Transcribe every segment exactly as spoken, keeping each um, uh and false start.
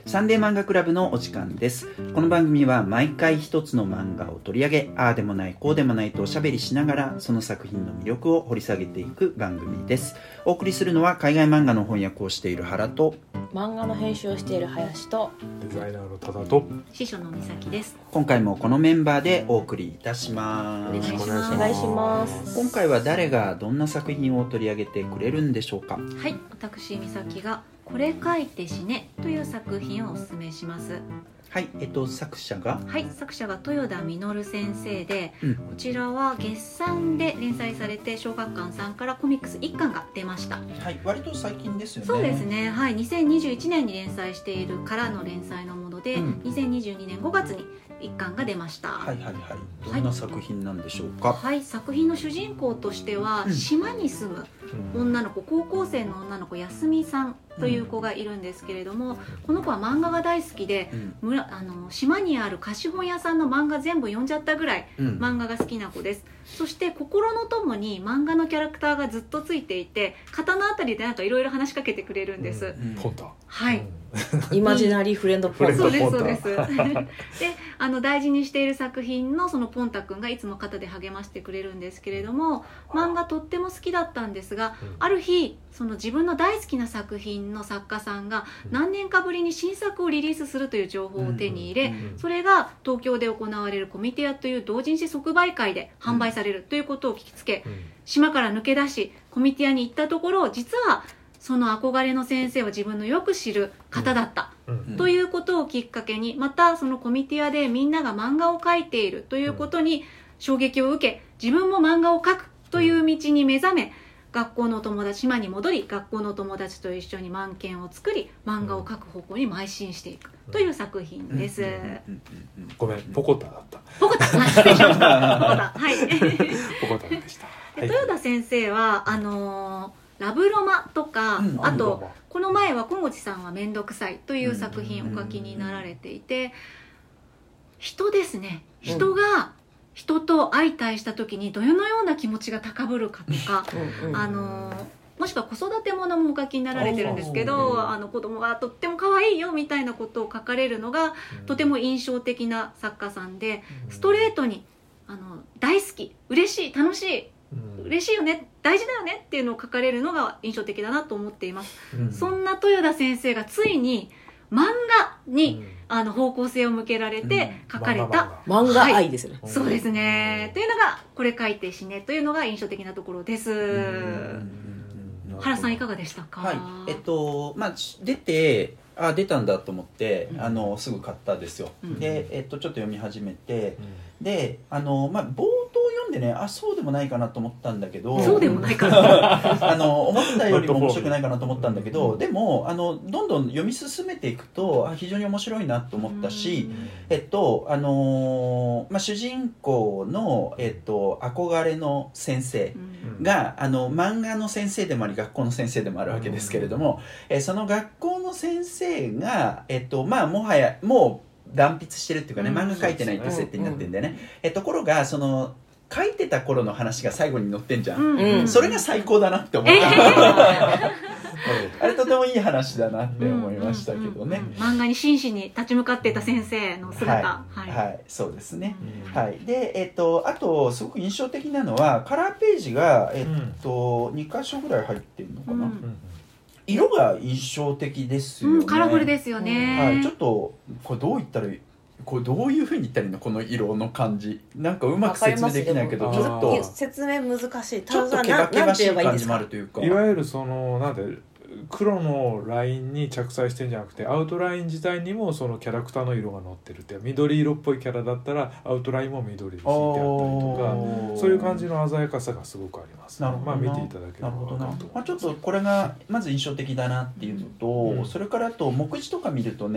サンデー漫画クラブのお時間です。この番組は毎回一つの漫画を取り上げ、ああでもないこうでもないとおしゃべりしながらその作品の魅力を掘り下げていく番組です。お送りするのは海外漫画の翻訳をしている原と、 漫画の編集をしている林と、 デザイナーの多田と司書の美咲です。 今回もこのメンバーでお送りいたします。 お願いします。 お願いします。 今回は誰がどんな作品を取り上げてくれるんでしょうか。 はい、私美咲がこれ書いて死ねという作品をお勧めします。 はい、えっと作者がはい、作者が豊田実先生で、 うんこちらは月産で連載されて小学館さんからコミックスいっかんが出ました。 はい、割と最近ですよね。 そうですね、はい、にせんにじゅういちねんに連載しているからの連載のもので、 うん、 にせんにじゅうにねんごがつにいっかんが出ました。 はいはいはい。どんな作品なんでしょうか。 はい、作品の主人公としては、 うん島に住む女の子、高校生の女の子やすみさんという子がいるんですけれども、この子は漫画が大好きで、 うん村あの島にある貸本屋さんの漫画全部読んじゃったぐらいうん漫画が好きな子です。そして心の友に漫画のキャラクターがずっとついていて、刀あたりでなんかいろいろ話しかけてくれるんです。 うんポンタはい、 イマジナリーフレンドポンタ。 そうですポンタそうですで、あの大事にしている作品のそのポンタくんがいつも肩で励ましてくれるんですけれども、漫画とっても好きだったんですが、 うんある日その自分の大好きな作品の作家さんが何年かぶりに新作をリリースするという情報を手に入れ、 うんそれが東京で行われるコミティアという同人誌即売会で販売されるということを聞きつけ、島から抜け出しコミティアに行ったところ、実はその憧れの先生は自分のよく知る方だった、 うんということをきっかけに、またそのコミティアでみんなが漫画を描いているということに衝撃を受け、自分も漫画を描くという道に目覚め、学校の友達、島に戻り学校の友達と一緒に漫研を作り漫画を描く方向に邁進していくという作品です。 うんうんうんうんごめんポコタだったポコタ、失礼しました。ポコタ、はい。 ポコタでした。 で豊田先生はあのーラブロマとか、 うんあラブロマとこの前は小口さんはめんどくさいという作品をお書きになられていて、人ですね、人が人と相対した時にどのような気持ちが高ぶるかとか、 うんうんあのーもしくは子育てものもお書きになられてるんですけあど、あの子供がとっても可愛いよみたいなことを書かれるのがとても印象的な作家さんで、ストレートにあの大好き、嬉しい、楽しい、嬉しいよね、大事だよねっていうのを書かれるのが印象的だなと思っています。 うんそんな豊田先生がついに漫画に、あの方向性を向けられて書かれた、 漫画愛ですよね。 そうですね、というのがこれ書いて死ねというのが印象的なところです。 うん原さんいかがでしたか。 はい、えっとまあ出てあ出たんだと思って、あのすぐ買ったんですよ、 うんで、えっと、ちょっと読み始めて、であの、まあ、冒頭読んでね、あそうでもないかなと思ったんだけど、 そうでもないかなあの思ったよりも面白くないかなと思ったんだけど、でもあのどんどん読み進めていくとあ非常に面白いなと思ったし、えっとあのーまあ、主人公の、えっと、憧れの先生うんがあの漫画の先生でもあり学校の先生でもあるわけですけれども、えーその学校の先生が、えっとまあ、もはやもう断筆してるっていうかね、 うん漫画描いてないって設定になってるんでね、えところがその書いてた頃の話が最後に載ってんじゃん、 うんうんそれが最高だなって思った、 えあれとてもいい話だなって思いましたけどね、 うんうんうん漫画に真摯に立ち向かっていた先生の姿、 はい、 はいはいそうですね、 うんはい、で、えっと、あとすごく印象的なのはカラーページが、えっとに箇所ぐらい入ってるのかな、 うん色が印象的ですよね、 うん、カラフルですよね、 はい、ちょっとこれどう言ったらいいこれどういうふうに言ったらいいのこの色の感じなんかうまく説明できないけどわかりますちょっと説明難しい。 ちょっとけばけばしい感じもあるというか、 いわゆるそのなんで黒のラインに着彩してんじゃなくてアウトライン自体にもそのキャラクターの色が乗ってるって緑色っぽいキャラだったらアウトラインも緑で引いてあったりとかそういう感じの鮮やかさがすごくあります、 なるほどなまあ見ていただければなるほどな、 分かると思いまあ、ちょっとこれがまず印象的だなっていうのと、 うんそれからあと目次とか見るとね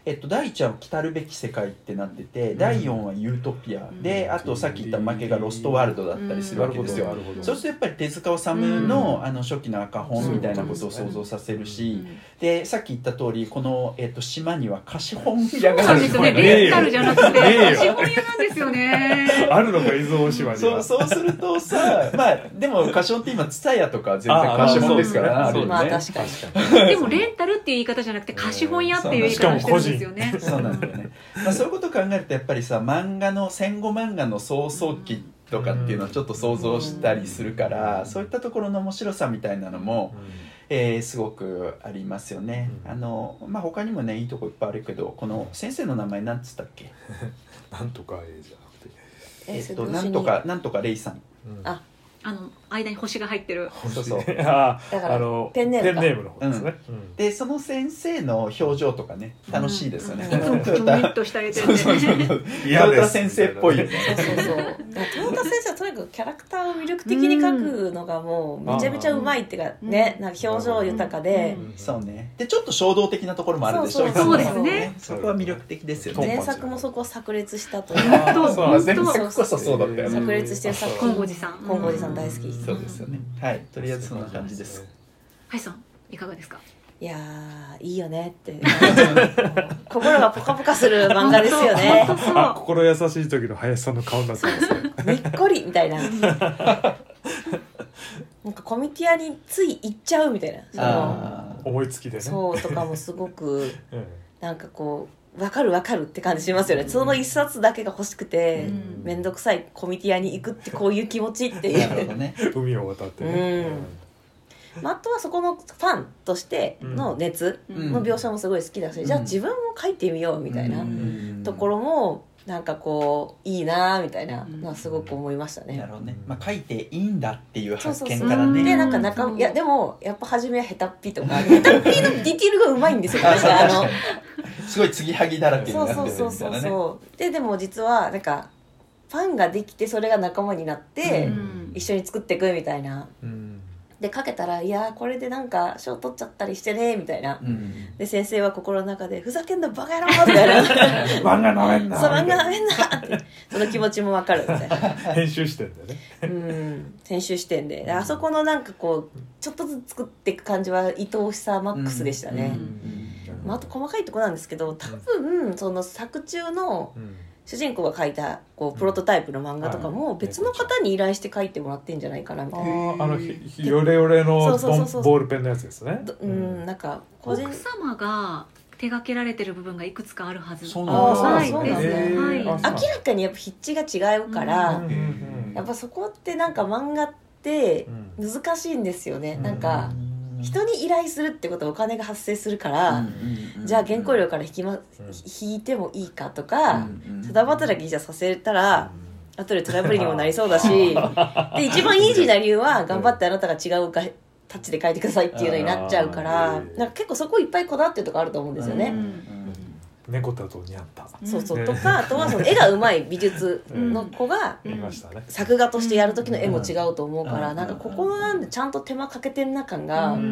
えっと、だいいちわは来るべき世界ってなってて、だいよんわユートピアで、あとさっき言った負けがロストワールドだったりするわけですよ。そうするとやっぱり手塚治虫の、あの初期の赤本みたいなことを想像させるし、でさっき言った通りこの、えっと、島には貸本屋があるんですよね。 レンタルじゃなくて貸本屋なんですよね。 あるのか伊豆大島には。 そうそうするとさ、まあでも貸本って今ツタヤとか全然貸本ですからね。あまあ確かに。 でもレンタルっていう言い方じゃなくて貸本屋っていう言い方してるんですよね。 そうなんだよね。まあそういうことを考えるとやっぱりさ、漫画の戦後漫画の創創期とかっていうのをちょっと想像したりするから、そういったところの面白さみたいなのも、えー、すごくありますよね。あのまあ他にもねいいとこいっぱいあるけど、この先生の名前なんつったっけ？ なんとか A じゃなくて、 えっとなんとかなんとかレイさん。 あ、 あの間に星が入ってる。 そうそう。 あだからあのペンネームかペンネームの方ですね。 でその先生の表情とかね楽しいですよね。 ちょっとしたれてて。 豊田先生っぽいよね。 そうそうそう。豊田先生はとにかくキャラクターを魅力的に描くのがもうめちゃめちゃうまいっていうかね、なんか表情豊かで、 そうね。でちょっと衝動的なところもあるでしょ。 そうですね。 そこは魅力的ですよね。 前作もそこを炸裂したという。 そう前作こそそうだったよね。 炸裂してる作金品。 剛寺さん。 金剛寺さん大好き。 そうですよね。はい、とりあえずそんな感じです。 はいさんいかがですか？ いやーいいよねって心がポカポカする漫画ですよね。 あ、心優しい時の林さんの顔になってますね。 にっこりみたいな。なんかコミティアについ行っちゃうみたいな。その思いつきでね。 そうとかもすごくうんなんかこう分かる分かるって感じしますよね。その一冊だけが欲しくて面倒くさいコミティアに行くってこういう気持ちっていう。 なるほどね。 海を渡ってね。 まあ、あとはそこのファンとしての熱の描写もすごい好きだし、うん、じゃあ自分も書いてみようみたいなところもなんかこういいなみたいなのはすごく思いましたね。 なるほどね。まあ書いていいんだっていう発見そうからね。 でなんか中いやでもやっぱ初めはヘタっぴとかヘタっぴのディティールがうまいんですよ。なんかあのすごい継ぎはぎだらけになってるみたいなね。 そうそうそうそうででも実はなんかファンができてそれが仲間になって、うん、一緒に作っていくみたいな。うんでかけたらいやこれでなんか賞取っちゃったりしてねみたいな、うん、で先生は心の中でふざけんなバカ野郎みたいな漫画なめんなそう漫画なめんなってその気持ちもわかるみたいな編集視点でねうん編集視点であそこのなんかこうちょっとずつ作っていく感じは愛おしさマックスでしたね、うんうんうんまあ、あと細かいところなんですけど多分その作中の、うん主人公が書いたこうプロトタイプの漫画とかも別の方に依頼して書いてもらってんじゃないかなみたいな。 ああのヨレヨレのボールペンのやつですね。 うんなんか個人奥様が手掛けられてる部分がいくつかあるはず。 そうなんですね。 はい、 明らかにやっぱ筆致が違うから、やっぱそこってなんか漫画って難しいんですよね。なんか。人に依頼するってことはお金が発生するから、うんうんうん、じゃあ原稿料から引き、ま、引いてもいいかとかただ働きじゃさせたら、うん、後でトラブルにもなりそうだしで一番イージーな理由は頑張ってあなたが違うタッチで書いてくださいっていうのになっちゃうからなんか結構そこいっぱいこだわってるとこあると思うんですよね。うんうん猫だとにゃんたそうそう、ね、とかあとはその絵がうまい美術の子が、うんね、作画としてやる時の絵も違うと思うから、うん、なんかここなんでちゃんと手間かけてんな感が、うん、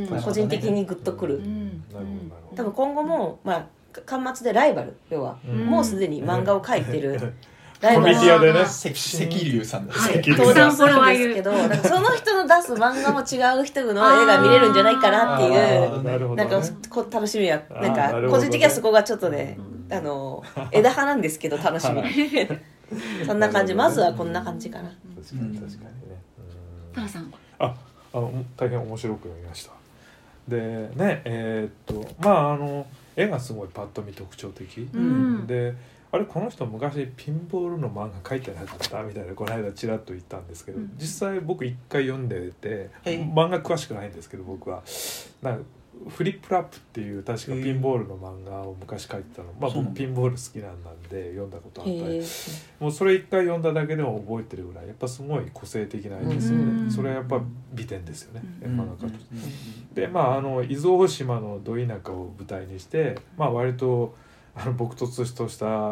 個人的にグッとくる、うん、多分今後も、まあ、巻末でライバル要は、うん、もうすでに漫画を描いてる、うんライバルコミティアでね関龍さんです、 はい、登壇するんですけどなんかその人の出す漫画も違う人の絵が見れるんじゃないかなっていうなんかこ楽しみはなんか個人的にはそこがちょっとねあの枝葉なんですけど楽しみそんな感じまずはこんな感じかな。 確かに確かにね。 タラさんああの大変面白く読みました。でねえー、っとまああの絵がすごいパッと見特徴的、うん、であれこの人昔ピンボールの漫画描いてなかったみたいなこの間ちらっと言ったんですけど、うん、実際僕一回読んでて、はい、漫画詳しくないんですけど僕はなんかフリップラップっていう確かピンボールの漫画を昔描いてたの、まあ僕ピンボール好きなんで読んだことあったりもうそれ一回読んだだけでも覚えてるぐらいやっぱすごい個性的な絵ですよね。それはやっぱ美点ですよね、うん、漫画家としてでまああの伊豆大島のど田舎を舞台にしてまあ割とあの朴突としたあ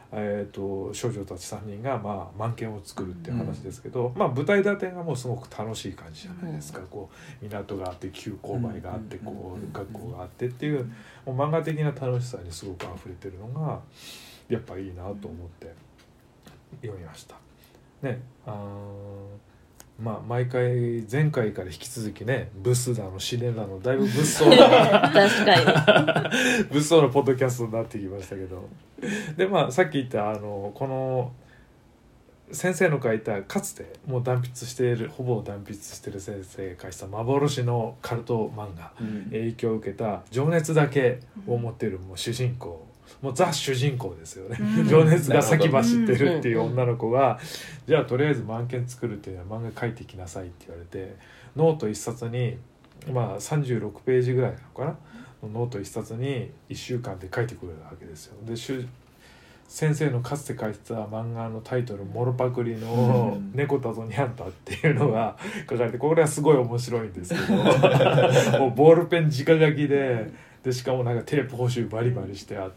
えー、と少女たちさんにんが、まあ、漫研を作るっていう話ですけど、うんまあ、舞台立てがもうすごく楽しい感じじゃないですか、うん、こう港があって急勾配があって、うん、こう学校があってっていう、もう漫画的な楽しさにすごく溢れてるのがやっぱいいなと思って読みましたね。あまあ毎回前回から引き続きね、ブスだのシネだのだいぶ物騒な確かに物騒なポッドキャストになってきましたけど、でまあさっき言ったあのこの先生の書いたかつてもう断筆しているほぼ断筆している先生が書いた幻のカルト漫画、うん、影響を受けた情熱だけを持っているもう主人公、もうザ主人公ですよね、うん、情熱が先走ってるっていう女の子が、じゃあとりあえず漫研作るっていうのは漫画書いてきなさいって言われて、ノート一冊にまあさんじゅうろくページぐらいなのかな、ノート一冊にいっしゅうかんで書いてくれるわけですよ。で先生のかつて書いてた漫画のタイトル「モロパクリの猫だぞニャンタ」っていうのが書かれて、これはすごい面白いんですけどもうボールペン直書きで、でしかもなんかテープ補修バリバリしてあって、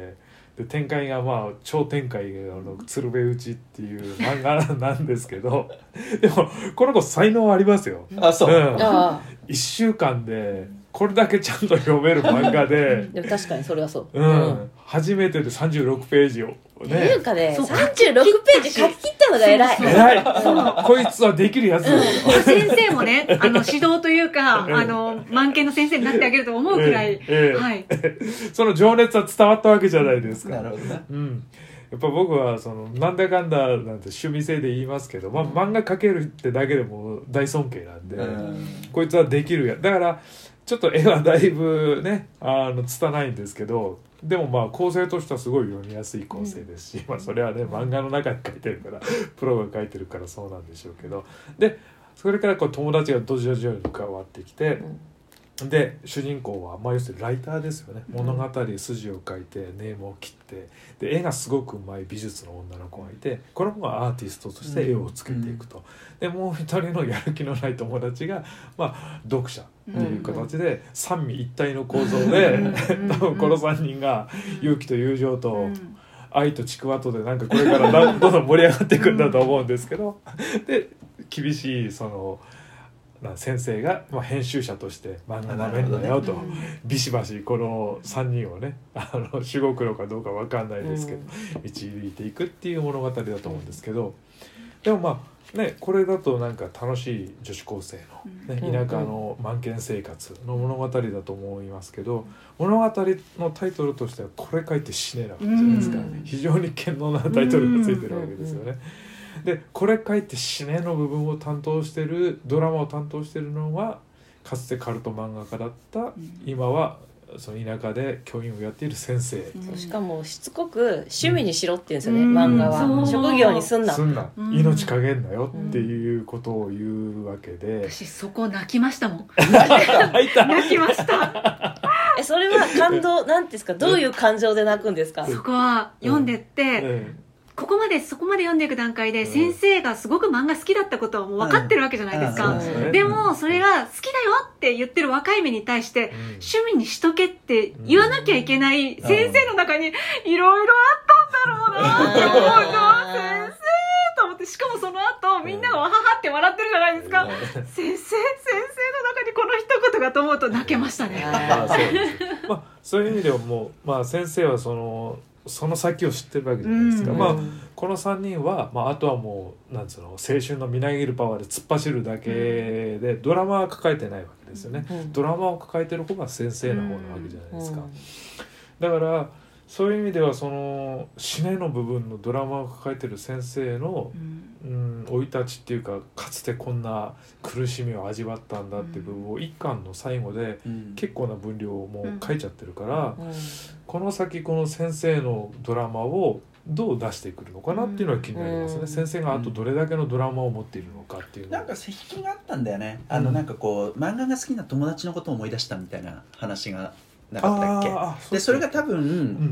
で展開がまあ超展開の鶴瓶打ちっていう漫画なんですけどでもこの子才能ありますよ。 あ、そう、うん、 いっしゅうかんでこれだけちゃんと読める漫画ででも確かにそれはそう、 うんうん、初めてでさんじゅうろくページをね、 っていうかね、さんじゅうろくページ書き切ったのが偉い。 偉い。こいつはできるやつ。 先生もね、あの指導というか、あの漫研の先生になってあげると思うくらい、えええ、はい。 その情熱は伝わったわけじゃないですか。 なるほどね。 うん。やっぱ僕はそのなんだかんだなんて趣味性で言いますけど、まあ、漫画描けるってだけでも大尊敬なんで、うん、こいつはできるや。だからちょっと絵はだいぶね、あの拙いんですけど。でもまあ構成としてはすごい読みやすい構成ですし、うん、まあそれはね漫画の中に書いてるからプロが書いてるからそうなんでしょうけど、でそれからこう友達がどじょじょに加わってきて、うん、で主人公はまあ要するにライターですよね、うん、物語筋を書いてネームを切ってで絵がすごくうまい美術の女の子がいて、この子がアーティストとして絵をつけていくと、うん、でもう一人のやる気のない友達がまあ読者っていう形で三位一体の構造で多分このさんにんが勇気と友情と愛とちくわとでなんかこれからどんどん盛り上がっていくんだと思うんですけど、で厳しいその先生がまあ編集者として漫画なめんなよとビシバシこのさんにんをね、あのしごくのかどうか分かんないですけど導いていくっていう物語だと思うんですけど、でもまあね、これだとなんか楽しい女子高生の、ね、田舎の満研生活の物語だと思いますけど、物語のタイトルとしてはこれ書いて死ねなかったじゃないですか、非常に堅牢なタイトルがついてるわけですよね。でこれ書いて死ねの部分を担当してるドラマを担当してるのはかつてカルト漫画家だった今はその田舎で教員をやっている先生、 うん、しかもしつこく趣味にしろって言うんですよね、うん、漫画は職業にすんなすんな、うん、命かげんなよっていうことを言うわけで、 私そこ泣きましたもん泣いた泣きましたえそれは感動なんですか、どういう感情で泣くんですか。 そこは読んでって、うんうんここまでそこまで読んでいく段階で先生がすごく漫画好きだったことはもう分かってるわけじゃないですか、うんうん、でもそれが好きだよって言ってる若い目に対して、うん、趣味にしとけって言わなきゃいけない先生の中にいろいろあったんだろうなって思うと、先生と思って、しかもその後みんながわははって笑ってるじゃないですか、うん、先生先生の中にこの一言がと思うと泣けましたね。 あそうです、まあ、そういう意味ではもう、まあ、先生はそのその先を知ってるわけじゃないですか、うんまあ、このさんにんは、まあ、あとはもうなんつうの青春のみなぎるパワーで突っ走るだけで、うん、ドラマは抱えてないわけですよね、うん、ドラマを抱えてる方が先生の方なわけじゃないですか、うん、だからそういう意味ではその死ねの部分のドラマを抱えてる先生の生、うんうん、い立ちっていうかかつてこんな苦しみを味わったんだっていう部分を一巻の最後で結構な分量をもう書いちゃってるから、うんうん、この先この先生のドラマをどう出してくるのかなっていうのは気になりますね、うん、先生があとどれだけのドラマを持っているのかっていうのなんか石器があったんだよね、あのなんかこう漫画が好きな友達のことを思い出したみたいな話がなかったっけ。あでそれが多分、うん、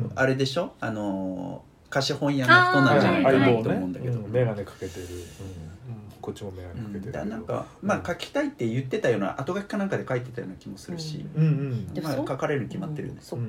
あれでしょ、あの貸本屋の人なんじゃないかなと思うんだけど、 ねうん、眼鏡かけてる、うんうん、こっちも眼鏡かけてる、うん、 だなんか、まあ書きたいって言ってたような後書きかなんかで書いてたような気もするし、 うんうんまあ、書かれるに決まってるんで、 うん、そっか、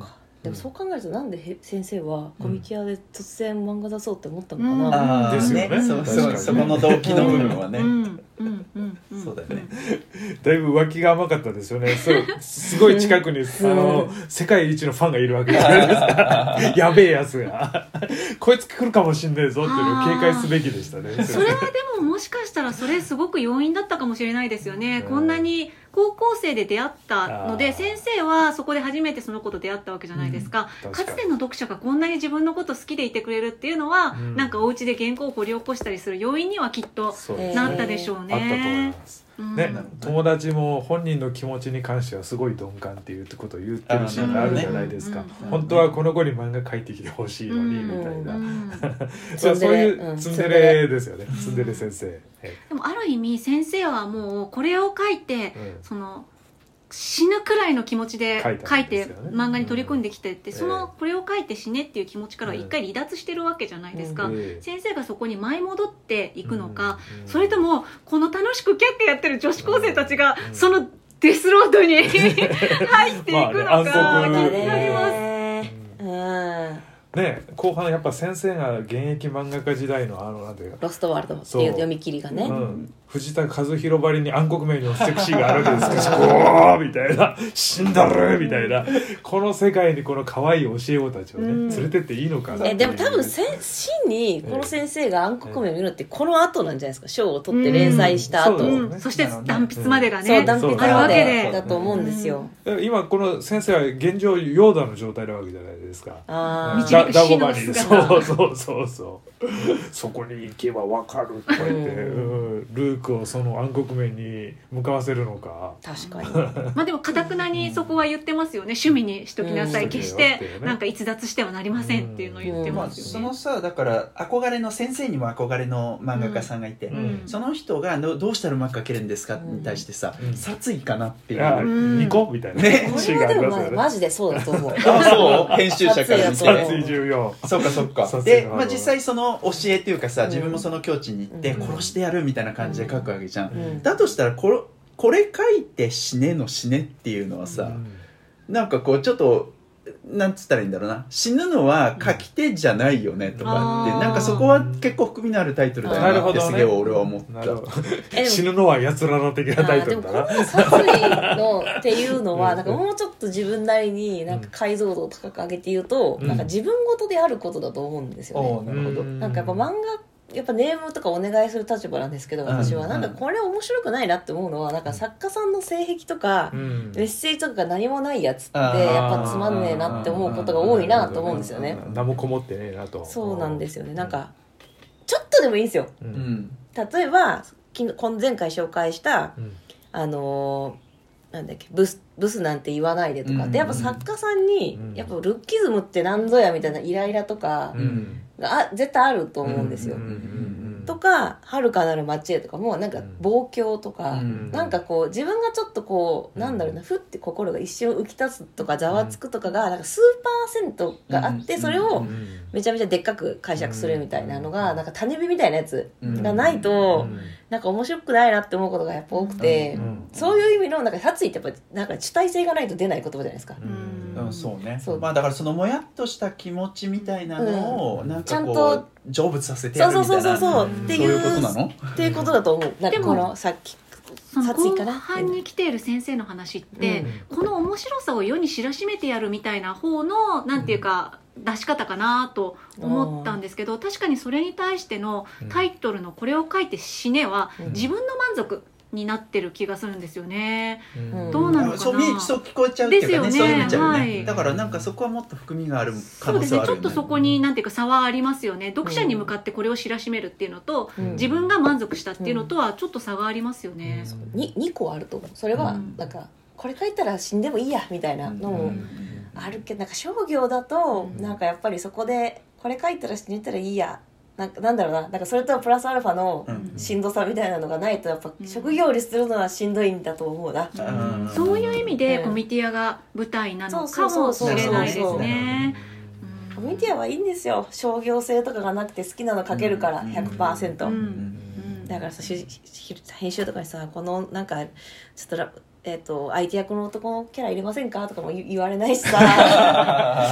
でもそう考えるとなんでへ先生はコミティアで突然漫画出そうって思ったのかうんな、 あーですよねそう確かにねそうそこの動機の部分はね、 うんうんうんうんそうだよね。 だいぶ脇が甘かったですよね。そうすごい近くにあの世界一のファンがいるわけじゃないですか。やべえやつがこいつ来るかもしんねえぞっていうのを警戒すべきでしたね。 それはでももしかしたらそれすごく要因だったかもしれないですよね、 うんこんなに高校生で出会ったのあーで先生はそこで初めてその子と出会ったわけじゃないですか、 うんかつての読者がこんなに自分のこと好きでいてくれるっていうのは、 うんなんかお家で原稿を掘り起こしたりする要因にはきっとそうえーなったでしょうあったと思いね、 ます。 うんね、友達も本人の気持ちに関してはすごい鈍感っていうことを言ってるシーンがあるじゃないですか、 うん本当はこの子に漫画描いてきてほしいのに、 うんみたいな、 うまんあツンデレそういううんツンデレですよね、ツンデレ先生、えでもある意味先生はもうこれを書いて、 うんその死ぬくらいの気持ちで書いた書いてんですよね漫画に取り組んできてって、 うんそのこれを書いて死ねっていう気持ちから一回離脱してるわけじゃないですか、 うんええ先生がそこに舞い戻っていくのか、 うんうんそれともこの楽しくキャッキャやってる女子高生たちがうんそのデスロードに入っていくのか、 まあね暗黒気になります。 ねうんね、後半やっぱ先生が現役漫画家時代のあのなんていうか、 ロストワールドっていう読み切りがね、 うん、藤田和弘ばりに暗黒面にセクシーがあるわけですけどおーみたいな死んだるみたいなこの世界にこの可愛い教え子たちをね、 うん連れてっていいのかなっていうえでも多分せ真にこの先生が暗黒面を見るってこの後なんじゃないですか、賞を取って連載した後、 うんそううんそして断筆までがそうね、 断筆あるわまけででだと思うんですよ、 今この先生は現状ヨーダの状態なわけじゃないですか。 あ導くダダゴ死のマに姿そうそうそうそうそこに行けばわかるって言って、 うんうんルークをその暗黒面に向かわせるのか。 確かにまあでもかたくなにそこは言ってますよね、趣味にしときなさい、 うん決してうんなんか逸脱してはなりませんっていうのを言ってまあ、 ますよね、 そのさだから憧れの先生にも憧れの漫画家さんがいて、 うんその人がどどうしたらうまく描けるんですかうんに対してさ、 うん殺意かなっていう、 いやうん行こうみたいなねこシーンれはでもまあがありますよね。 マジでそうだと思うあそう編集者から見て殺意だと思う殺意重要。 そうかそうか殺意があるで、まあ、実際その教えっていうかさ、 うん自分もその境地に行ってうん殺してやるみたいな感じで書くわけじゃん、 うんだとしたらこれこれ書いて死ねの死ねっていうのはさ、なんかこうちょっとなんつったらいいんだろうな、死ぬのは書き手じゃないよねとかって、 うんなんかそこは結構含みのあるタイトルだなるほどね。 よなってすげえ俺は思った、 なるほどえでも死ぬのは奴らだ的なタイトルだな。 あーでもこの殺意のっていうのはなんかもうちょっと自分なりになんか解像度を高く上げて言うと、 うんなんか自分事であることだと思うんですよね、 おーなるほど、 なんかやっぱ漫画やっぱネームとかお願いする立場なんですけど、私はうんなんかこれ面白くないなって思うのはなんか作家さんの性癖とか、 うんメッセージとかが何もないやつってあーやっぱつまんねえなって思うことが多いなと思うんですよね。 何もこもってねえなと。 そうなんですよね。なんかちょっとでもいいんですよ。 う。 うんん例えば昨日今前回紹介したうんあのーなんだっけブスブスなんて言わないでとか、 うんでやっぱ作家さんに、 うんやっぱルッキズムってなんぞやみたいなイライラとかうんがあ絶対あると思うんですよ。 うんうんうんとか遥かなる街へとかもなんか望郷とか、 うんなんかこう自分がちょっとこうなんだろうな、ふって心が一瞬浮き立つとかざわつくとかがなんか数パーセントがあって、 うんそれをうんめちゃめちゃでっかく解釈するみたいなのがなんか種火みたいなやつうんがないとうんなんか面白くないなって思うことがやっぱ多くて、 うんそういう意味のなんか殺意ってやっぱなんか主体性がないと出ない言葉じゃないですか。 うん、そうねそうまあだからそのもやっとした気持ちみたいなのをなんかちゃんことう成仏させてやそうそうるみたいなそうそうそううんっていそういううことなのっていうことだと思う。なんかこのさっきその後殺意かな半に来ている先生の話って、この面白さを世に知らしめてやるみたいな方のなんていうか、出し方かなと思ったんですけど、確かにそれに対してのタイトルの「これを書いて死ね」はうん自分の満足になってる気がするんですよね。 うんどうなのかなそう見えそう聞こえちゃうっていうかねですよねそういう見ちゃうね、 はいだからなんかそこはもっと含みがある可そうですね、 能性はあるよねちょっとそこになんていうか差はありますよね。読者に向かってこれを知らしめるっていうのと、 うん自分が満足したっていうのとはちょっと差がありますよね。 ににこあると思う。それはうんなんかこれ書いたら死んでもいいやみたいなのもあるけど、なんか商業だとうんなんかやっぱりそこでこれ書いたら死んでたらいいやなんかなんだろうな、なんかそれとプラスアルファのうんしんどさみたいなのがないとやっぱうん職業にするのはしんどいんだと思うな。 うんそういう意味でうんコミティアが舞台なのかそうそうもしそうそうれないですね。 コミュニティアはいいんですよ。商業性とかがなくて好きなの書けるからうんひゃくパーセント。 うんうんだからさしし編集とかにさこのなんかちょっとラえっ、と相手役の男のキャラ入れませんかとかも言言われないしさ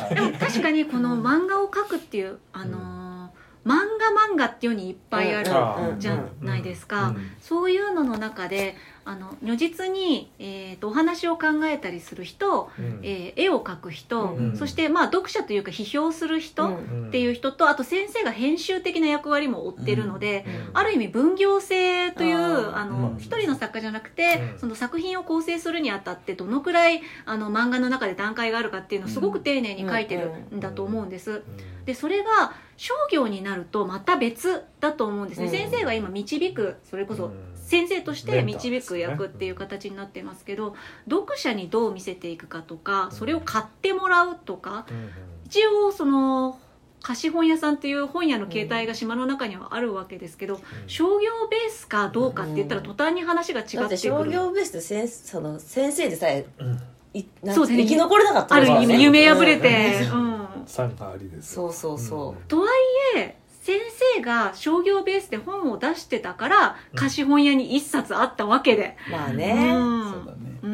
でも確かにこの漫画を描くっていうあのー漫画漫画っていうようにいっぱいあるじゃないですか、うんうん、そういうのの中であの如実に、えー、とお話を考えたりする人、うん、えー、絵を描く人、うん、そしてまあ読者というか批評する人っていう人と、あと先生が編集的な役割も負ってるので、うん、ある意味分業制というああの一人の作家じゃなくて、うん、その作品を構成するにあたってどのくらいあの漫画の中で段階があるかっていうのをすごく丁寧に書いてるんだと思うんです。でそれが商業になるとまた別だと思うんですね、うん、先生が今導く、それこそ先生として導く役っていう形になってますけど、読者にどう見せていくかとか、それを買ってもらうとか、一応その貸本屋さんっていう本屋の形態が島の中にはあるわけですけど、商業ベースかどうかって言ったら途端に話が違ってくる。だって商業ベースで先その先生でさえ、うん、そう生き残れなかったある意味夢破れて、うん、 参加ありです。 そうそうそう、 うん、とはいえ先生が商業ベースで本を出してたから貸本屋に一冊あったわけで、 うん、まあね、 うん、そうだね、 うん、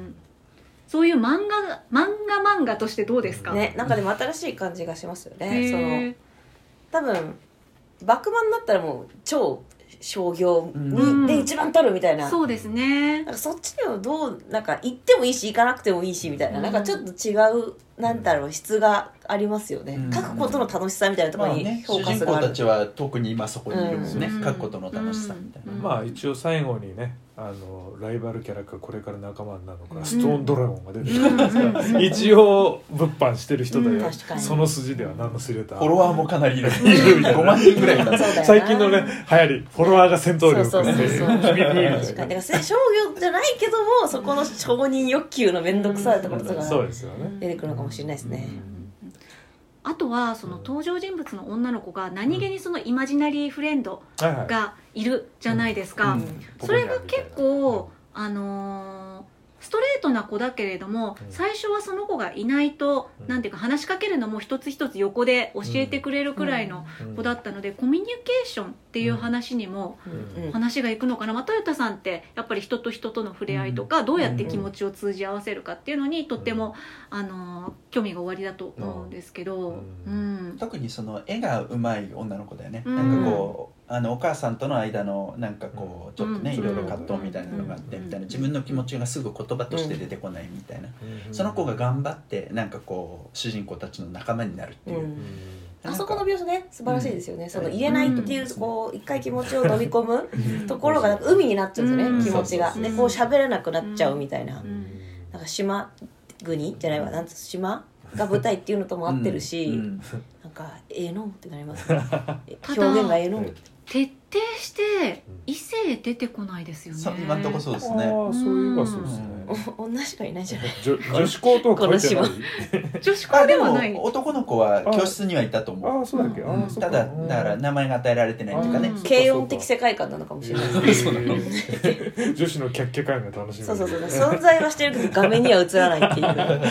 そういう漫画漫画漫画としてどうですかね。なんかでも新しい感じがしますよね。その多分バックマンだったらもう超商業にで一番取るみたいな、 うん、そうですね。 なんかそっちでもどうなんか行ってもいいし行かなくてもいいしみたいな、うん、なんかちょっと違うなんだろう質がありますよね、うん、書くことの楽しさみたいなところにフォーカスがある、 まあね、主人公たちは特に今そこにいるもんね、うん、書くことの楽しさみたいな、 うん、まあ一応最後にねあのライバルキャラかこれから仲間になるのか、うん、ストーンドラゴンが出てくるんですが、うん、一応物販してる人だよ、うん、その筋では名の知れたフォロワーもかなりいるごまんにんぐらいだ最近のね流行りフォロワーが戦闘力そうそうそうそう確かにだから商業じゃないけどもそこの承認欲求の面倒くさいところとか出てくるのかもしれないですね、 うん、あとはその登場人物の女の子が何気にそのイマジナリーフレンドがいるじゃないですか、うんうん、それが結構あのー、ストレートな子だけれども、うん、最初はその子がいないと、うん、なんていうか話しかけるのも一つ一つ横で教えてくれるくらいの子だったので、うん、コミュニケーションっていう話にも話がいくのかな、まあ、トヨタさんってやっぱり人と人との触れ合いとか、うん、どうやって気持ちを通じ合わせるかっていうのにとっても、あのー、興味がおありだと思うんですけど、うん、 特にその絵がうまい女の子だよね、うん、なんかこうあのお母さんとの間のなんかこうちょっとね、うん、いろいろ葛藤みたいなのがあってみたいな、自分の気持ちがすぐ言葉として出てこないみたいな、うん、その子が頑張ってなんかこう主人公たちの仲間になるっていう、うん、 あそこの描写ね素晴らしいですよね、うん、その言えないっていうこう一回気持ちを飲み込むところがなんか海になっちゃうんですよね、うん、気持ちがでこう喋れなくなっちゃうみたいな、うん、なんか島国じゃないわなんつ島が舞台っていうのとも合ってるし、うんうん、なんかええのってなりますね表現がええの徹底して異性出てこないですよね。 今んとこそうですね。 ああそういえばそうですね。 女しかいないじゃない。 女子校とは書いてない。 女子校ではない。 男の子は教室にはいたと思う。 ああそうだっけ。 うん、ただだから名前が与えられてないというかね。 軽音的世界観なのかもしれないですね。 女子のキャッキャ感が楽しみ。 そうそうそう。存在はしてるけど画面には映らないっていう。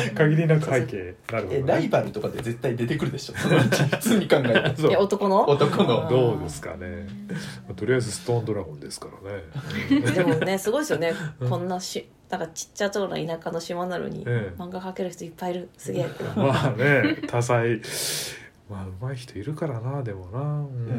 限りなく背景なるほど、ね。 ライバルとかで絶対出てくるでしょ。普通に考えて。 いや男の？ 男の。 どうですかね。とりあえずストーンドラゴンですからね。でもねすごいですよね。こんなしなんかちっちゃそうな田舎の島なのに、ええ、漫画描ける人いっぱいいるすげえ。 まあね多彩。まあ上手い人いるからなでもな、うん、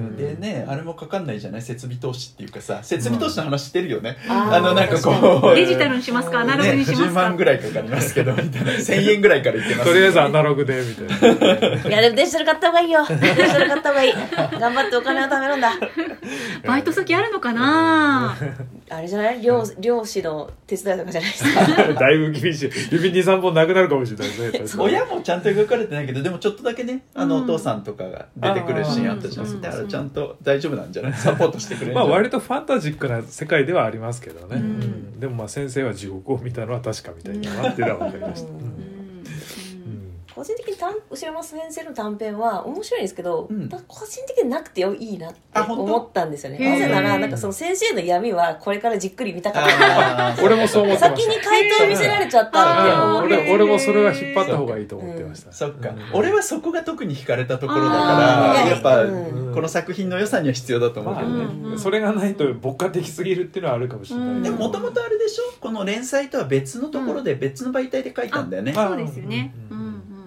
でねあれもかかんないじゃない設備投資っていうかさ設備投資の話してるよね、うん、あのなんかこうデジタルにしますかアナログにしますか、ね、 じゅうまんぐらいかかりますけどみたいなせんえんぐらいから言ってます、ね、 とりあえずアナログでみたいな。 いやでもデジタル買った方がいいよデジタル買った方がいい頑張ってお金を貯めるんだ。 バイト先あるのかなあれじゃない 漁, 漁師の手伝いとかじゃないですか。 だいぶ厳しい指 にさんぼんなくなるかもしれないですね。 親もちゃんと描かれてないけどでもちょっとだけねあの、うん、お父さんとかが出てくるシーンあったじゃん。だからちゃんと大丈夫なんじゃないサポートしてくれるんじゃない。 まあ割とファンタジックな世界ではありますけどね、うんうん、でもまあ先生は地獄を見たのは確かみたいだなっていうのは分かりました、うんうん個人的に後山先生の短編は面白いんですけど、うん、個人的になくていいなって思ったんですよね。なぜならなんかその先生の闇はこれからじっくり見たかったから俺もそう思ってました。 先に回答見せられちゃったって思って俺, 俺もそれは引っ張った方がいいと思ってました。 そっか、うん、俺はそこが特に惹かれたところだからやっぱ、うん、この作品の良さには必要だと思うけどね、 まあ、それがないと牧歌的すぎるっていうのはあるかもしれない、うん、 でももともとあれでしょこの連載とは別のところで別の媒体で書いたんだよね、 うん、そうですよね、うん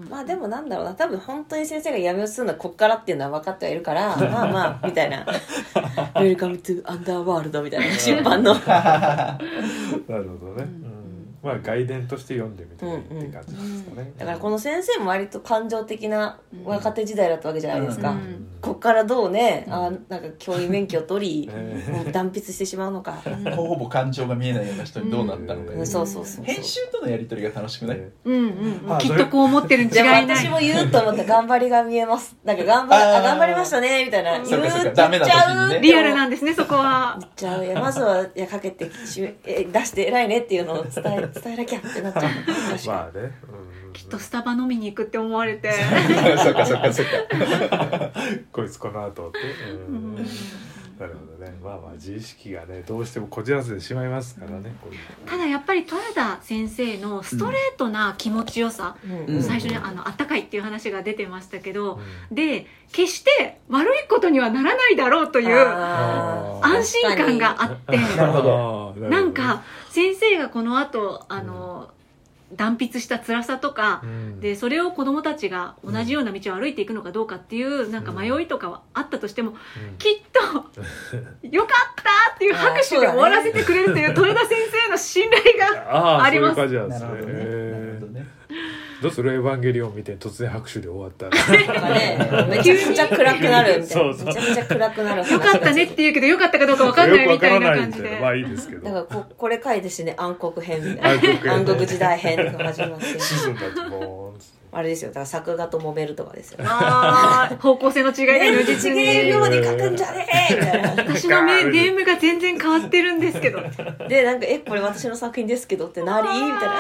まあでもなんだろうな、多分本当に先生が闇落ちするのはこっからっていうのは分かってはいるからまあまあみたいなウェルカムトゥアンダーワールドみたいな出版のなるほどね、うん、まあ外伝として読んでみたいって感じですかね、うんうん、 だからこの先生も割と感情的な若手時代だったわけじゃないですか、 うんうん、 こっからどうね、うん、あなんか教員免許を取り、もう断筆してしまうのかほぼ感情が見えないような人にどうなったのか、 うん、そうそうそう、 編集とのやり取りが楽しくない？ うんうん、きっとこう思ってるに違いない。 でも私も言うと思った頑張りが見えます、なんか頑張あ頑張りましたねみたいな言っちゃう、ね、 リアルなんですねそこは。 言っちゃう、いやまずはいやかけてえ出して偉いねっていうのを伝え伝えなきゃってなっちゃうまあね、 うん、きっとスタバ飲みに行くって思われてそっかそっかそっかこいつこの後って、うん、なるほどね。まあまあ自意識がねどうしてもこじらせてしまいますからね、こういうただやっぱり豊田先生のストレートな気持ちよさ、うん、最初にあのあったかいっていう話が出てましたけど、うん、で決して悪いことにはならないだろうという安心感があってなるほど、 なんか先生がこの後あの、うん断筆した辛さとか、うん、でそれを子どもたちが同じような道を歩いていくのかどうかっていうなんか迷いとかはあったとしても、うん、きっとよかったっていう拍手で終わらせてくれるという豊田先生の信頼があります。 ああそういう感じなんですね。なるほどね。どうするエヴァンゲリオン見て突然拍手で終わったらね、めちゃくちゃ暗くなるみたいな。そうそうめちゃめちゃ暗くなる。 よかったねって言うけどよかったかどうか分かんないみたいな感じで。 まあいいですけど。 だからここれ書いてしね暗黒編みたいな。暗黒時代編が始まって。 沈んだともう。 あれですよ、だから作画と揉めるとかですよね。 ああ、方向性の違いで如実に。 違うように書くんじゃねえみたいな。 私のネームが全然変わってるんですけど。 で、なんか、え、これ私の作品ですけどってなりみたいな。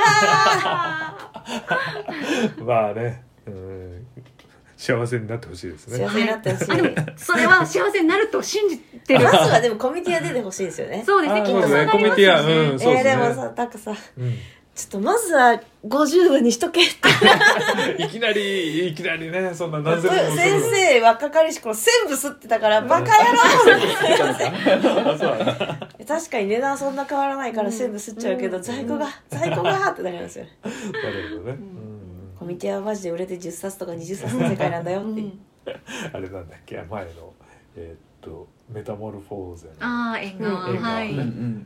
まあね、うん、幸せになってほしいですね。 幸せになってほしい。 あ、でも、それは幸せになると信じてる。 まずはでもコミュニティア出てほしいですよね。 そうですね、きっとそうなりますよね。 コミュニティア、うん、そうですね。 えー、でもさ、なんかさ、うんちょっとまずはごじゅうにしとけっていきなりいきなりねそんな何千もも先生若かりし頃全部吸ってたからバカ野郎確かに値段そんな変わらないから全部吸っちゃうけど、うん、在庫が在庫がってなりますよね。 なるほどね、うん、 コミュニティはマジで売れてじゅっさつとかにじゅっさつの世界なんだよって、うん、 あれなんだっけ前のえー、っとメタモルフォーゼのああ映画はい、うん、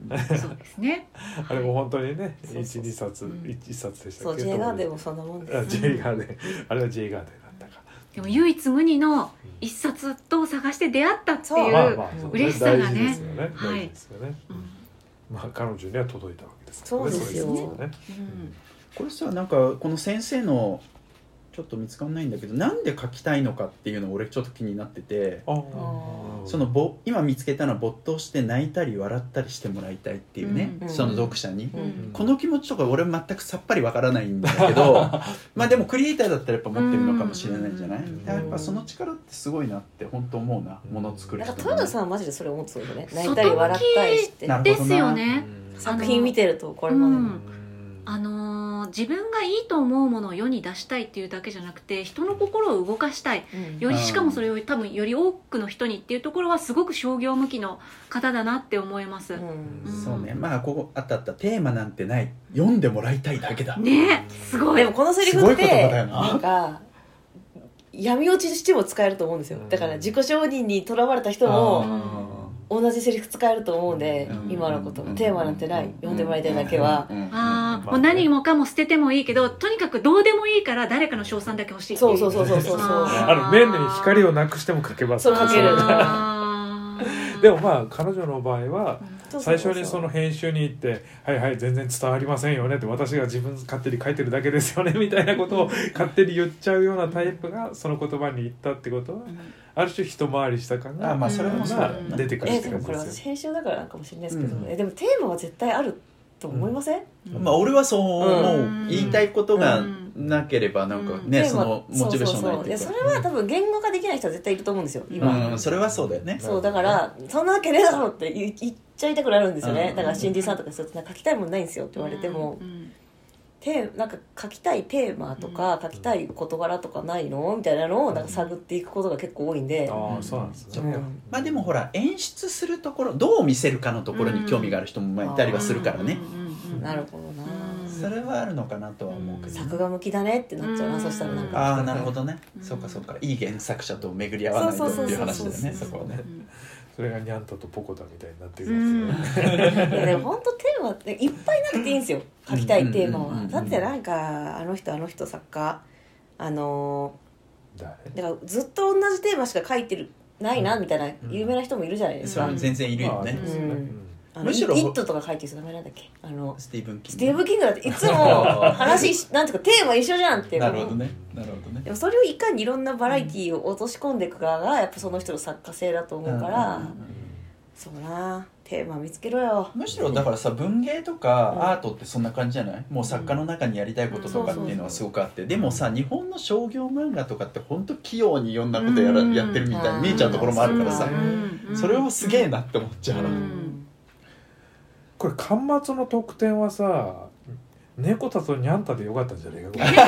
そうですねあれも本当にねいち、にさついちさつでしたっけ。 そう J ガーデンもそんなもんです、 ね、J ガーデンあれは J ガーデンだったか。 でも唯一無二の一冊と探して出会ったっていう嬉しさがね、 大事ですよね、大事ですよね、まあ彼女には届いたわけですからね。 そうですよ、 そうですね、 うん、これさなんかこの先生のちょっと見つかんないんだけどなんで書きたいのかっていうのを俺ちょっと気になってて、あそのぼ今見つけたのは没頭して泣いたり笑ったりしてもらいたいっていうね、うん、その読者に、うん、この気持ちとか俺全くさっぱりわからないんだけどまあでもクリエイターだったらやっぱ持ってるのかもしれないじゃない、うん、やっぱその力ってすごいなって本当思うな、もの作る人、 なんか豊田さんはマジでそれ思ってたよね。泣いたり笑ったりしてですよね。 作品見てるとこれまでも、うんあのー、自分がいいと思うものを世に出したいっていうだけじゃなくて人の心を動かしたい、うん、よりしかもそれを多分より多くの人にっていうところはすごく商業向きの方だなって思います、うんうん、そうね。まあここあったあったテーマなんてない読んでもらいたいだけだね。すごい。 でもこのセリフってなんか闇落ちしても使えると思うんですよ。だから自己承認にとらわれた人も同じセリフ使えると思うんで、うん、今のことテーマなんてない、うん、読んでもらいたいだけは、うん、 ああもう何もかも捨ててもいいけどとにかくどうでもいいから誰かの称賛だけ欲しいっていう。 そうそうそうそうそうあの面に光をなくしても書けます。 そう書けるでもまあ彼女の場合は最初にその編集に行ってはいはい全然伝わりませんよねって私が自分勝手に書いてるだけですよねみたいなことを勝手に言っちゃうようなタイプがその言葉に言ったってことは、うん、ある種一回りした感があまあそれもまあ出てくるって感じですよ。 えでもこれ私編集だからなんかもしれないですけど、うん、えでもテーマは絶対あると思いません？ うん、まあ俺はそう思う、うん、言いたいことがなければなんかね、うん、そのモチベーションないっていうか、 それは多分言語化できない人は絶対いると思うんですよ今、 うん、それはそうだよね。 そうだからそんなわけねえだろって言っちゃいたくなるんですよね、うん、だから新人さんとかすると書きたいもんないんですよって言われても、うんうんテなんか書きたいテーマとか、うん、書きたい事柄とかないのみたいなのをなんか探っていくことが結構多いんで、 うん、ああそうなんですね、 うん、まあでもほら演出するところどう見せるかのところに興味がある人もまあいたりはするからね、 なるほどな。 それはあるのかなとは思うけど、ね、 作画向きだねってなっちゃうな、そしたらなんかああなるほどね、そうかそうか、いい原作者と巡り合わないとっていう話だよね、そこはね。 それがニャンタとポコタみたいになっていくんですよ、 いやでも本当テーマっていっぱいなくていいんですよ、書きたいテーマは。だってなんかあの人あの人作家あのだからずっと同じテーマしか書いてるないなみたいな有名な人もいるじゃないですか、 うん、全然いるよね、 あのむしろ「イット!」とか書いてる人ダメなんだっけ、あのスティーブン・キングスティーブン・キングだっていつも話なんていうかテーマ一緒じゃんってなるほどねなるほどね。 でもそれをいかにいろんなバラエティーを落とし込んでいくかがやっぱその人の作家性だと思うから、そうなテーマ見つけろよ。 むしろだからさ、文芸とかアートってそんな感じじゃない、もう作家の中にやりたいこととかっていうのはすごくあって、でもさ日本の商業漫画とかって本当器用にいろんなことやら、やってるみたいに見えちゃうところもあるからさ、それはすげえなって思っちゃう。 これ巻末の得点はさ猫たとニャンタでよかったんじゃないか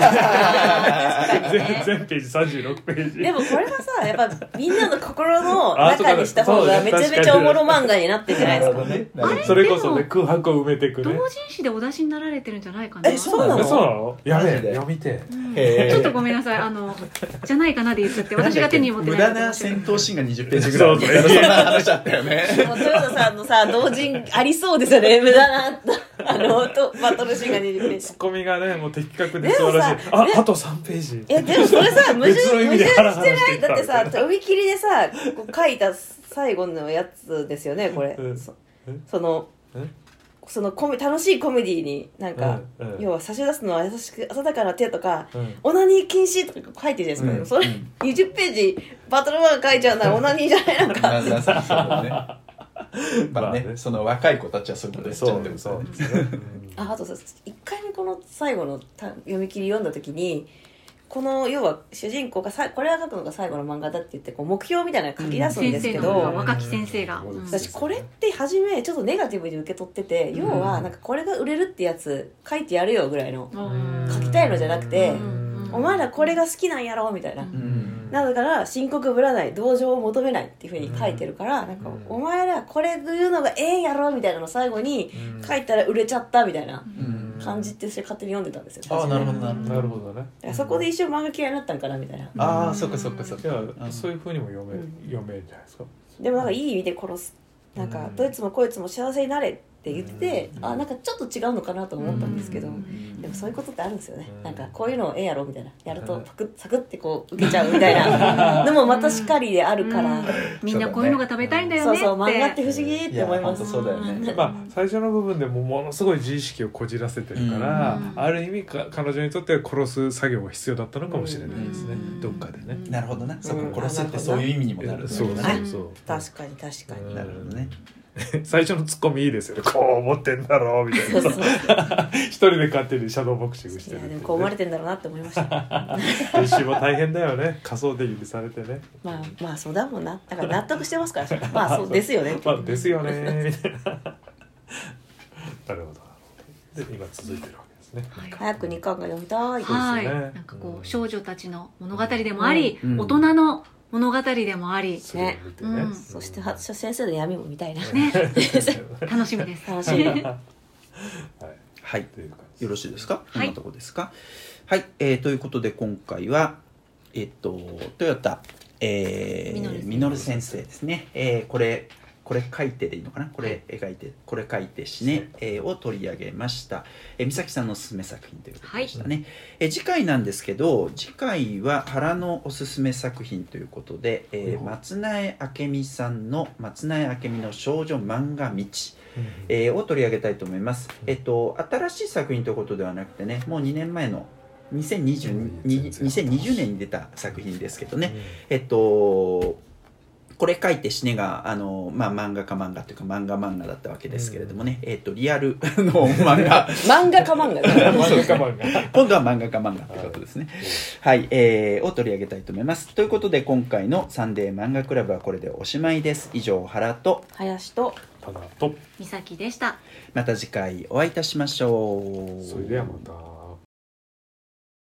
全, 全ページさんじゅうろくページ。 でもこれはさやっぱみんなの心の中にした方がめちゃめちゃおもろ漫画になってるじゃないですか。ね、 それこそね空白を埋めていくね。 同人誌でお出しになられてるんじゃないかな。 えそうなの？ そうなの？やべえ読みて、 うん、ちょっとごめんなさい、あのじゃないかなで言っちゃって私が手に持ってない無駄な戦闘シーンがにじゅっページぐらいみたいなそんな話だったよね。 豊田さんのさ同人ありそうですよね、無駄なあのとバトルシーンがにじゅっページ。 ツッコミがねもう的確で素晴らしい。ああとさんページ。 いやでもそれさ矛盾矛盾してないだってさ読み切りでさこう書いた最後のやつですよねこれ。うん、そ, そのそのコメ楽しいコメディになんか、うんうん、要は差し出すのは優しく温かな手とか、うん、オナニー禁止とか書いてるじゃないですか、うん、それ、うん、にじゅっページバトル漫画書いちゃうならオナニーじゃないのかってそうだね。 まあね、その若い子たちはそういうことやっちゃってるそうですね。 ああとさいっかいめこの最後の読み切り読んだ時にこの要は主人公がさこれは書くのが最後の漫画だって言ってこう目標みたいなの書き出すんですけど、うん、 若き先生が、 うん、私これって初めちょっとネガティブに受け取ってて、うん、要はなんかこれが売れるってやつ書いてやるよぐらいの、うん、書きたいのじゃなくて、うん、お前らこれが好きなんやろみたいな、うん、だから深刻ぶらない同情を求めないっていう風に書いてるから、うん、なんかお前らこれ言うのがええんやろみたいなの最後に書いたら売れちゃったみたいな、うん感じってそれ勝手に読んでたんですよ。 ああなるほどなるほどね。 だからそこで一生漫画嫌いになったんかなみたいな。 ああそっかそっかそっか。 そういう風にも読め、うん、読めるんじゃないですか。 でもなんかいい意味で殺すなんか、うん、どいつもこいつも幸せになれって言ってて、うん、あなんかちょっと違うのかなと思ったんですけど、うん、でもそういうことってあるんですよね、うん、なんかこういうのええやろみたいなやるとパクサクってこう受けちゃうみたいなのもまたしっかりであるから、うん、 みんなこういうのが食べたいんだよねって。 そうそう漫画って不思議って思います。 そうだよね。 まあ最初の部分でもものすごい自意識をこじらせてるから、うん、ある意味か彼女にとっては殺す作業が必要だったのかもしれないですね、うん、どっかでね。 なるほどな。そうか殺すってそういう意味にもなる。 そうそうそう。 確かに確かに。 なるほどね。 最初のツッコミいいですよね。こう思ってんだろうみたいな。そうそう一人で勝手にシャドーボクシングしてる、ね、 いやでもこう思われてんだろうなって思いました。 練習も大変だよね。仮想で許されてね。 まあまあそうだもんな。だから納得してますから。まあそうですよね。 まあですよねみたいな。なるほど。で今続いてるわけですね。 はい、早くにかんが読みたいですね。はい。なんかこう少女たちの物語でもあり、うん、大人の物語でもあり、 ねねうん、そして先生の闇も見たいな、 ね、楽しみです。 楽しみはい、 はい、よろしいですか。こんなとこですか。はい、はい、えー、ということで今回はえっとトヨタ、えー、ミノル先生ですね、えー、これこれ書いてでいいのかな、これ描いてこれ書いて死ね、えー、を取り上げました。えー、美咲さんのおすすめ作品ということでしたね。はい、えー、次回なんですけど、次回は原のおすすめ作品ということで、えー、松苗明美さんの松苗明美の少女漫画道、えー、を取り上げたいと思います。えっと新しい作品ということではなくてね、もうにねんまえのにせんにじゅうにねんに出た作品ですけどね、えっとこれ書いて死ねがあの、まあ、漫画家漫画というか漫画漫画だったわけですけれどもね、うん、えっとリアルの漫画漫画家漫画今度は漫画家漫画ということですね。はい、はい、えー、を取り上げたいと思います。ということで今回のサンデー漫画クラブはこれでおしまいです。以上原と林とただと美咲でした。 また次回お会いいたしましょう。 それではまた。